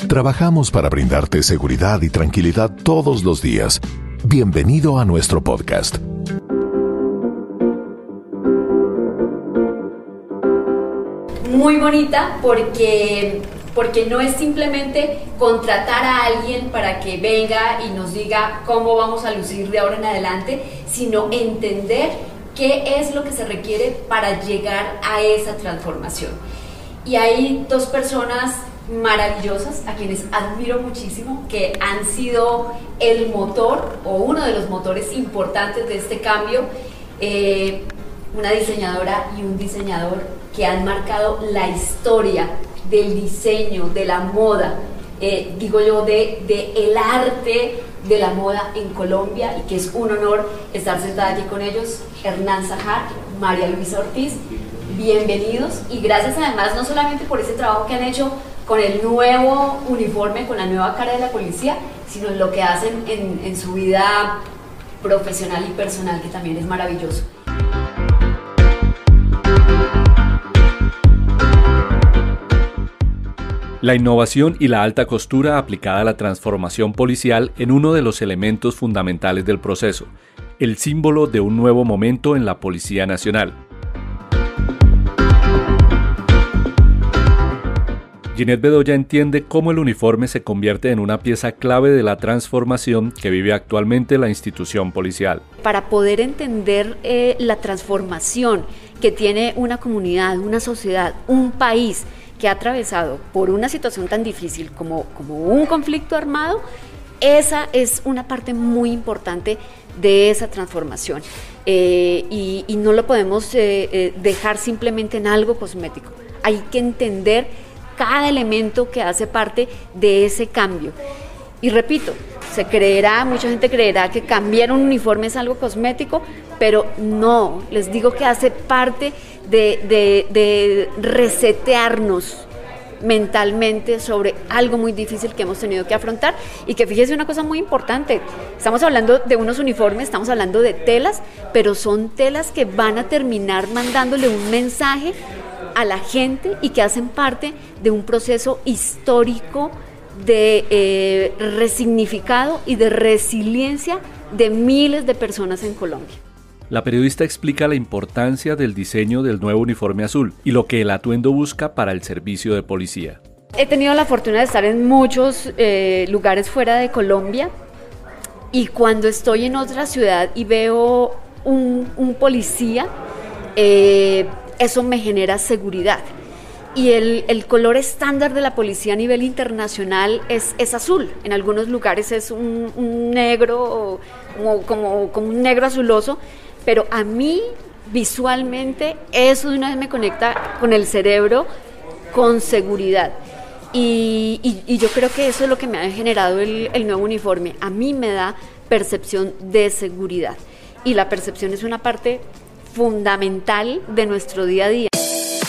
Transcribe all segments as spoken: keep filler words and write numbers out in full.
Trabajamos para brindarte seguridad y tranquilidad todos los días. Bienvenido a nuestro podcast. Muy bonita porque, porque no es simplemente contratar a alguien para que venga y nos diga cómo vamos a lucir de ahora en adelante, sino entender qué es lo que se requiere para llegar a esa transformación. Y hay dos personas maravillosas a quienes admiro muchísimo, que han sido el motor o uno de los motores importantes de este cambio, eh, una diseñadora y un diseñador que han marcado la historia del diseño, de la moda, eh, digo yo, de, de el arte de la moda en Colombia, y que es un honor estar sentada aquí con ellos. Hernán Zahar, María Luisa Ortiz, bienvenidos, y gracias además no solamente por ese trabajo que han hecho con el nuevo uniforme, con la nueva cara de la policía, sino lo que hacen en, en su vida profesional y personal, que también es maravilloso. La innovación y la alta costura aplicada a la transformación policial en uno de los elementos fundamentales del proceso, el símbolo de un nuevo momento en la Policía Nacional. Ginette Bedoya entiende cómo el uniforme se convierte en una pieza clave de la transformación que vive actualmente la institución policial. Para poder entender eh, la transformación que tiene una comunidad, una sociedad, un país que ha atravesado por una situación tan difícil como, como un conflicto armado, esa es una parte muy importante de esa transformación, eh, y, y no lo podemos eh, eh, dejar simplemente en algo cosmético. Hay que entender cada elemento que hace parte de ese cambio. Y repito, se creerá, mucha gente creerá que cambiar un uniforme es algo cosmético, pero no, les digo que hace parte de, de, de resetearnos mentalmente sobre algo muy difícil que hemos tenido que afrontar. Y que fíjese una cosa muy importante, estamos hablando de unos uniformes, estamos hablando de telas, pero son telas que van a terminar mandándole un mensaje a la gente y que hacen parte de un proceso histórico de eh, resignificado y de resiliencia de miles de personas en Colombia. La periodista explica la importancia del diseño del nuevo uniforme azul y lo que el atuendo busca para el servicio de policía. He tenido la fortuna de estar en muchos eh, lugares fuera de Colombia, y cuando estoy en otra ciudad y veo un, un policía, eh, eso me genera seguridad. Y el, el color estándar de la policía a nivel internacional es, es azul. En algunos lugares es un, un negro, como, como, como un negro azuloso, pero a mí visualmente eso de una vez me conecta con el cerebro, con seguridad. Y, y, y yo creo que eso es lo que me ha generado el, el nuevo uniforme. A mí me da percepción de seguridad, y la percepción es una parte fundamental de nuestro día a día.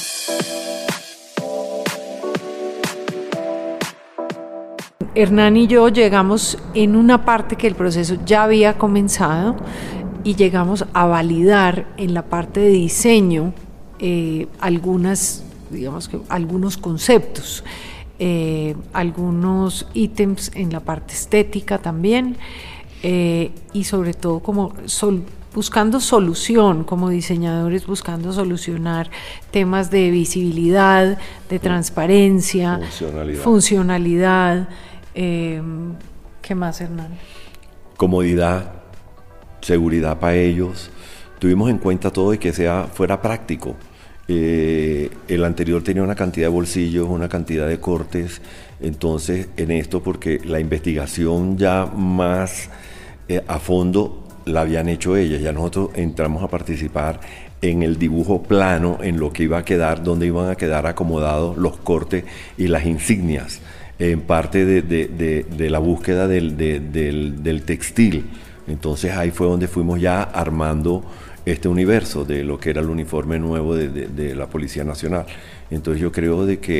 Hernán y yo llegamos en una parte que el proceso ya había comenzado, y llegamos a validar en la parte de diseño eh, algunas, digamos que algunos conceptos, eh, algunos ítems en la parte estética también, eh, y sobre todo como sol, buscando solución, como diseñadores buscando solucionar temas de visibilidad, de transparencia, funcionalidad, funcionalidad eh, ¿qué más, Hernán? Comodidad, seguridad para ellos. Tuvimos en cuenta todo y que sea fuera práctico. Eh, el anterior tenía una cantidad de bolsillos, una cantidad de cortes, entonces en esto, porque la investigación ya más eh, a fondo la habían hecho ellas, ya nosotros entramos a participar en el dibujo plano, en lo que iba a quedar, donde iban a quedar acomodados los cortes y las insignias, en parte de, de, de, de la búsqueda del, de, del, del textil. Entonces ahí fue donde fuimos ya armando este universo de lo que era el uniforme nuevo de, de, de la Policía Nacional. Entonces yo creo de que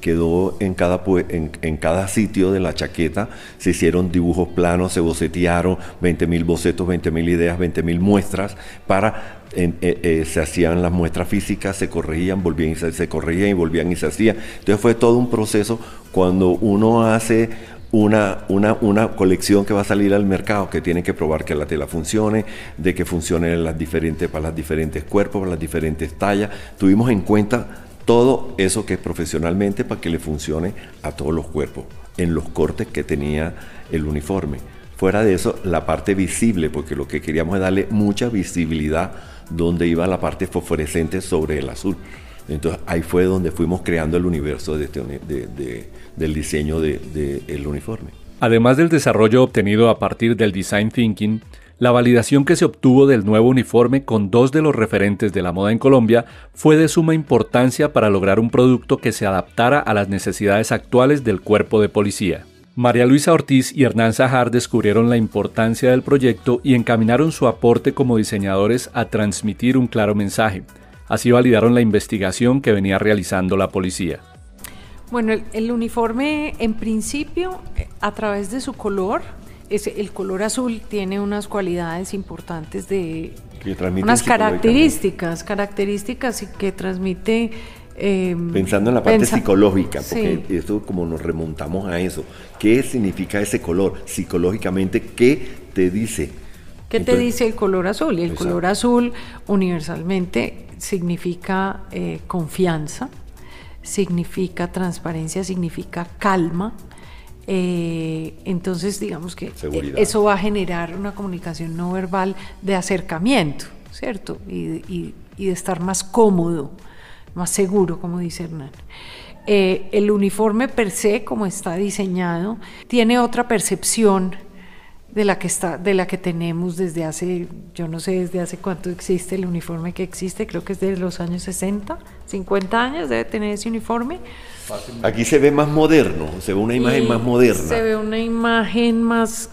quedó en cada, en, en cada sitio de la chaqueta, se hicieron dibujos planos, se bocetearon veinte mil bocetos, veinte mil ideas, veinte mil muestras, para, eh, eh, se hacían las muestras físicas, se corregían, volvían y se, se corregían y volvían y se hacían. Entonces fue todo un proceso. Cuando uno hace Una, una, una colección que va a salir al mercado, que tiene que probar que la tela funcione, de que funcione las diferentes, para los diferentes cuerpos, para las diferentes tallas. Tuvimos en cuenta todo eso que es profesionalmente para que le funcione a todos los cuerpos, en los cortes que tenía el uniforme. Fuera de eso, la parte visible, porque lo que queríamos es darle mucha visibilidad donde iba la parte fosforescente sobre el azul. Entonces ahí fue donde fuimos creando el universo de este, de, de, del diseño del de, de uniforme. Además del desarrollo obtenido a partir del design thinking, la validación que se obtuvo del nuevo uniforme con dos de los referentes de la moda en Colombia fue de suma importancia para lograr un producto que se adaptara a las necesidades actuales del cuerpo de policía. María Luisa Ortiz y Hernán Sajar descubrieron la importancia del proyecto y encaminaron su aporte como diseñadores a transmitir un claro mensaje. Así validaron la investigación que venía realizando la policía. Bueno, el, el uniforme en principio, a través de su color, es, el color azul tiene unas cualidades importantes de unas características, características que transmite. Eh, Pensando en la parte pensa, psicológica, porque sí. Esto como nos remontamos a eso. ¿Qué significa ese color? Psicológicamente, ¿qué te dice? ¿Qué Entonces, te dice el color azul? Y el exacto. color azul universalmente significa eh, confianza, significa transparencia, significa calma. Eh, entonces, digamos que Seguridad. Eso va a generar una comunicación no verbal de acercamiento, ¿cierto? Y, y, y de estar más cómodo, más seguro, como dice Hernán. Eh, el uniforme per se, como está diseñado, tiene otra percepción de la que está, de la que tenemos desde hace, yo no sé desde hace cuánto existe el uniforme que existe, creo que es de los años sesenta, cincuenta años debe tener ese uniforme. Aquí se ve más moderno, se ve una imagen y más moderna. Se ve una imagen más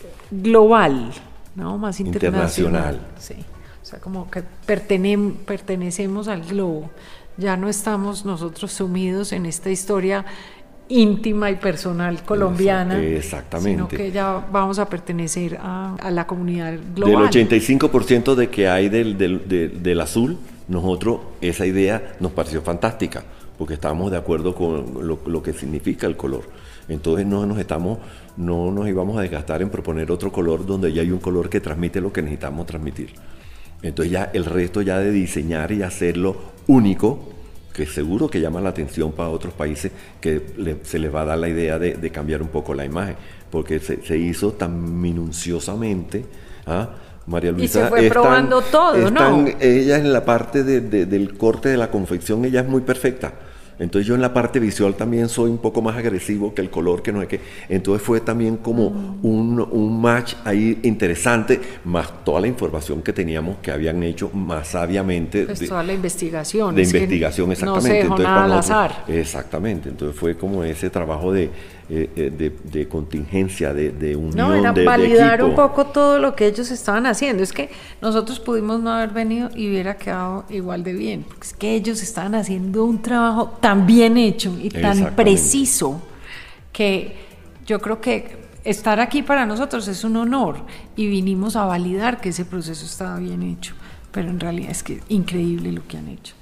global, ¿no? Más internacional. internacional. Sí, o sea, como que pertene, pertenecemos al globo. Ya no estamos nosotros sumidos en esta historia íntima y personal colombiana, exactamente, sino que ya vamos a pertenecer a, a la comunidad global. Del ochenta y cinco por ciento de que hay del, del, del, del azul, nosotros esa idea nos pareció fantástica, porque estábamos de acuerdo con lo, lo que significa el color. Entonces no nos estamos, no nos íbamos a desgastar en proponer otro color donde ya hay un color que transmite lo que necesitamos transmitir. Entonces ya el resto ya de diseñar y hacerlo único, que seguro que llama la atención para otros países, que le, se les va a dar la idea de, de cambiar un poco la imagen, porque se, se hizo tan minuciosamente. ¿Ah? María Luisa, y se fue es probando tan, todo, es ¿no? Tan, ella en la parte de, de, del corte de la confección, ella es muy perfecta. Entonces yo en la parte visual también soy un poco más agresivo que el color, que no es que. Entonces fue también como mm. un, un match ahí interesante, más toda la información que teníamos que habían hecho más sabiamente. Pues de, toda la investigación. De investigación, exactamente. No se dejó entonces, nada al nosotros, azar. Exactamente. Entonces fue como ese trabajo de, eh, de, de contingencia, de, de unión, no, era de, validar de equipo. un poco todo lo que ellos estaban haciendo. Es que nosotros pudimos no haber venido y hubiera quedado igual de bien. Es que ellos estaban haciendo un trabajo tan bien hecho y tan preciso que yo creo que estar aquí para nosotros es un honor y vinimos a validar que ese proceso estaba bien hecho, pero en realidad es que increíble lo que han hecho.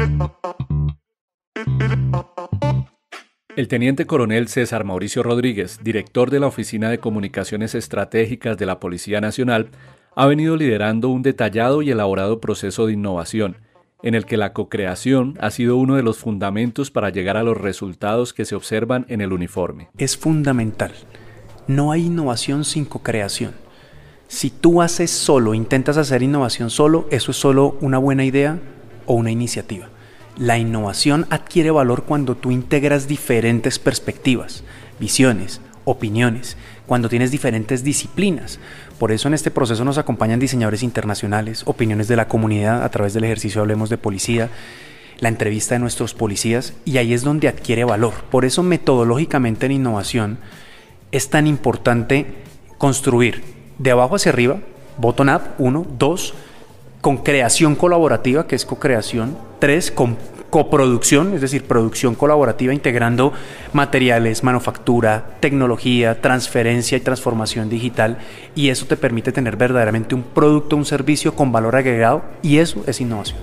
El teniente coronel César Mauricio Rodríguez, director de la Oficina de Comunicaciones Estratégicas de la Policía Nacional, ha venido liderando un detallado y elaborado proceso de innovación, en el que la co-creación ha sido uno de los fundamentos para llegar a los resultados que se observan en el uniforme. Es fundamental. No hay innovación sin co-creación. Si tú haces solo, intentas hacer innovación solo, eso es solo una buena idea o una iniciativa. La innovación adquiere valor cuando tú integras diferentes perspectivas, visiones, opiniones, cuando tienes diferentes disciplinas. Por eso en este proceso nos acompañan diseñadores internacionales, opiniones de la comunidad a través del ejercicio Hablemos de Policía, la entrevista de nuestros policías, y ahí es donde adquiere valor. Por eso metodológicamente en innovación es tan importante construir de abajo hacia arriba, bottom up, uno, dos, con creación colaborativa, que es co-creación, tres, con coproducción, es decir, producción colaborativa, integrando materiales, manufactura, tecnología, transferencia y transformación digital, y eso te permite tener verdaderamente un producto, un servicio con valor agregado, y eso es innovación.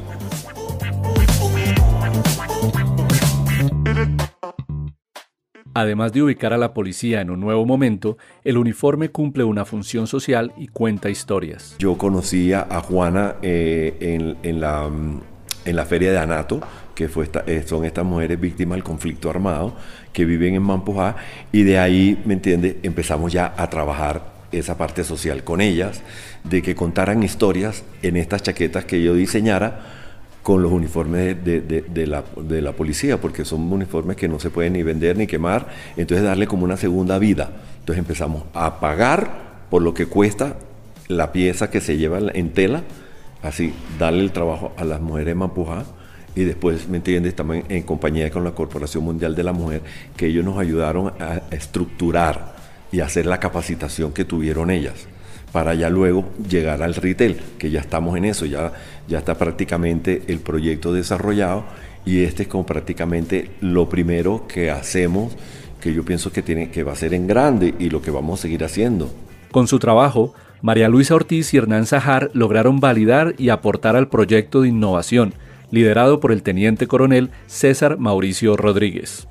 Además de ubicar a la policía en un nuevo momento, el uniforme cumple una función social y cuenta historias. Yo conocía a Juana eh, en, en, la, en la feria de Anato, que fue esta, eh, son estas mujeres víctimas del conflicto armado que viven en Mampujá, y de ahí, ¿me entiendes?, empezamos ya a trabajar esa parte social con ellas, de que contaran historias en estas chaquetas que yo diseñara, con los uniformes de, de, de, la, de la policía, porque son uniformes que no se pueden ni vender ni quemar, entonces darle como una segunda vida. Entonces empezamos a pagar por lo que cuesta la pieza que se lleva en tela, así darle el trabajo a las mujeres de Mampujá, y después, ¿me entiendes?, también en compañía con la Corporación Mundial de la Mujer, que ellos nos ayudaron a estructurar y hacer la capacitación que tuvieron ellas, para ya luego llegar al retail, que ya estamos en eso, ya, ya está prácticamente el proyecto desarrollado, y este es como prácticamente lo primero que hacemos, que yo pienso que, tiene, que va a ser en grande, y lo que vamos a seguir haciendo. Con su trabajo, María Luisa Ortiz y Hernán Sajar lograron validar y aportar al proyecto de innovación, liderado por el teniente coronel César Mauricio Rodríguez.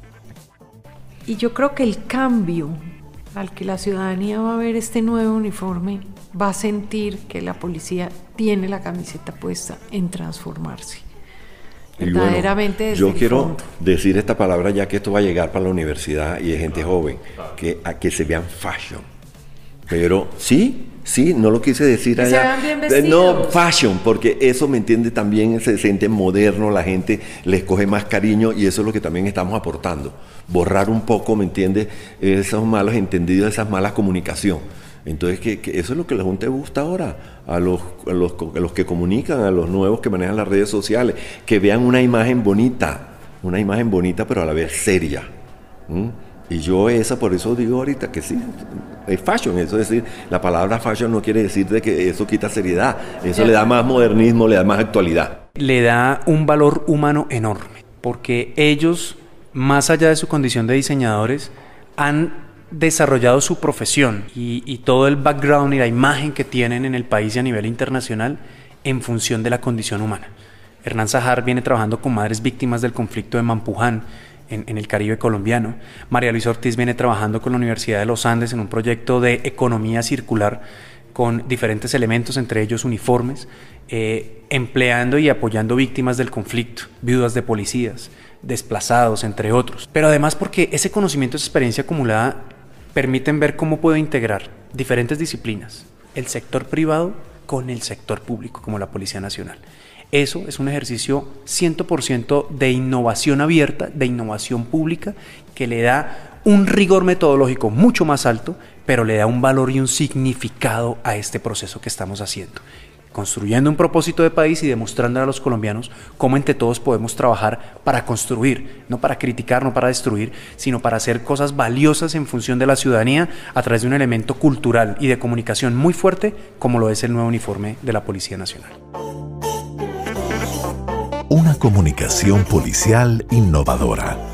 Y yo creo que el cambio al que la ciudadanía va a ver este nuevo uniforme, va a sentir que la policía tiene la camiseta puesta en transformarse. Y verdaderamente bueno, yo quiero fondo. decir esta palabra, ya que esto va a llegar para la universidad y de gente joven, que, a que se vean fashion. Pero sí, sí, no lo quise decir que allá. Se vean bien vestidos. No, fashion, porque eso, ¿me entiende? También se siente moderno, la gente les coge más cariño, y eso es lo que también estamos aportando. Borrar un poco, ¿me entiende?, esos malos entendidos, esas malas comunicación. Entonces, que, que eso es lo que la Junta gusta ahora, a los, a, los, a los que comunican, a los nuevos que manejan las redes sociales, que vean una imagen bonita, una imagen bonita, pero a la vez seria. ¿Mm? Y yo esa, por eso digo ahorita que sí, es fashion, eso es decir, la palabra fashion no quiere decir de que eso quita seriedad, eso le da más modernismo, le da más actualidad. Le da un valor humano enorme, porque ellos, más allá de su condición de diseñadores, han desarrollado su profesión y, y todo el background y la imagen que tienen en el país y a nivel internacional en función de la condición humana. Hernán Sajar viene trabajando con madres víctimas del conflicto de Mampuján, En, en el Caribe colombiano. María Luisa Ortiz viene trabajando con la Universidad de los Andes en un proyecto de economía circular con diferentes elementos, entre ellos uniformes, eh, empleando y apoyando víctimas del conflicto, viudas de policías, desplazados, entre otros. Pero además porque ese conocimiento, esa experiencia acumulada permiten ver cómo puedo integrar diferentes disciplinas, el sector privado con el sector público, como la Policía Nacional. Eso es un ejercicio cien por ciento de innovación abierta, de innovación pública, que le da un rigor metodológico mucho más alto, pero le da un valor y un significado a este proceso que estamos haciendo. Construyendo un propósito de país y demostrando a los colombianos cómo entre todos podemos trabajar para construir, no para criticar, no para destruir, sino para hacer cosas valiosas en función de la ciudadanía a través de un elemento cultural y de comunicación muy fuerte, como lo es el nuevo uniforme de la Policía Nacional. Una comunicación policial innovadora.